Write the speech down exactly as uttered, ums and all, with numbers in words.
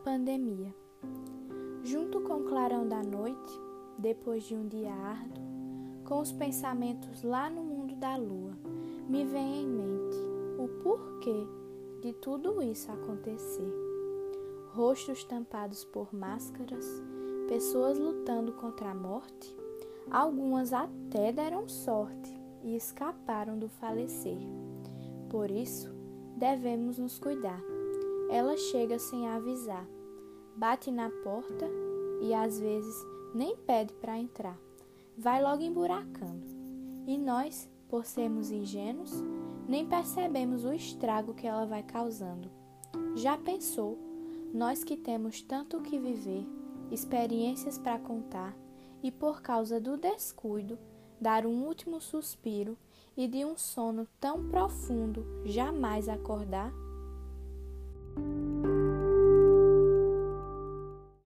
pandemia. Junto com o clarão da noite, depois de um dia árduo, com os pensamentos lá no mundo da lua, me vem em mente o porquê de tudo isso acontecer. Rostos tampados por máscaras, pessoas lutando contra a morte, algumas até deram sorte e escaparam do falecer. Por isso, devemos nos cuidar. Ela chega sem avisar, bate na porta e às vezes nem pede para entrar. Vai logo emburacando. E nós, por sermos ingênuos, nem percebemos o estrago que ela vai causando. Já pensou, nós que temos tanto o que viver, experiências para contar, e por causa do descuido, dar um último suspiro e de um sono tão profundo jamais acordar?